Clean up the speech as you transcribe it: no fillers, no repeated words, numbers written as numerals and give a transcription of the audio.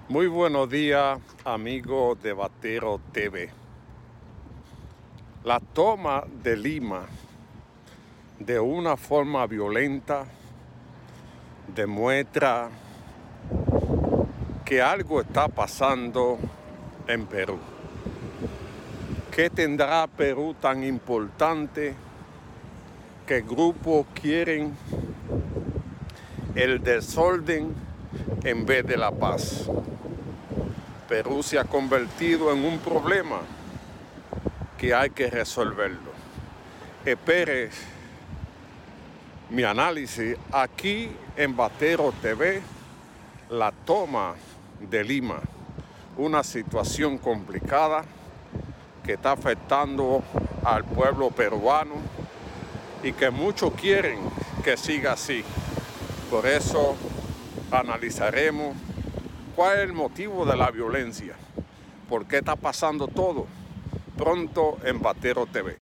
Muy buenos días, amigos de Batero TV. La toma de Lima de una forma violenta demuestra que algo está pasando en Perú. ¿Qué tendrá Perú tan importante que grupos quieren el desorden en vez de la paz? Perú se ha convertido en un problema que hay que resolverlo. Espere mi análisis aquí en Batero TV, la toma de Lima, una situación complicada que está afectando al pueblo peruano y que muchos quieren que siga así. Por eso analizaremos cuál es el motivo de la violencia, por qué está pasando todo, pronto en Batero TV.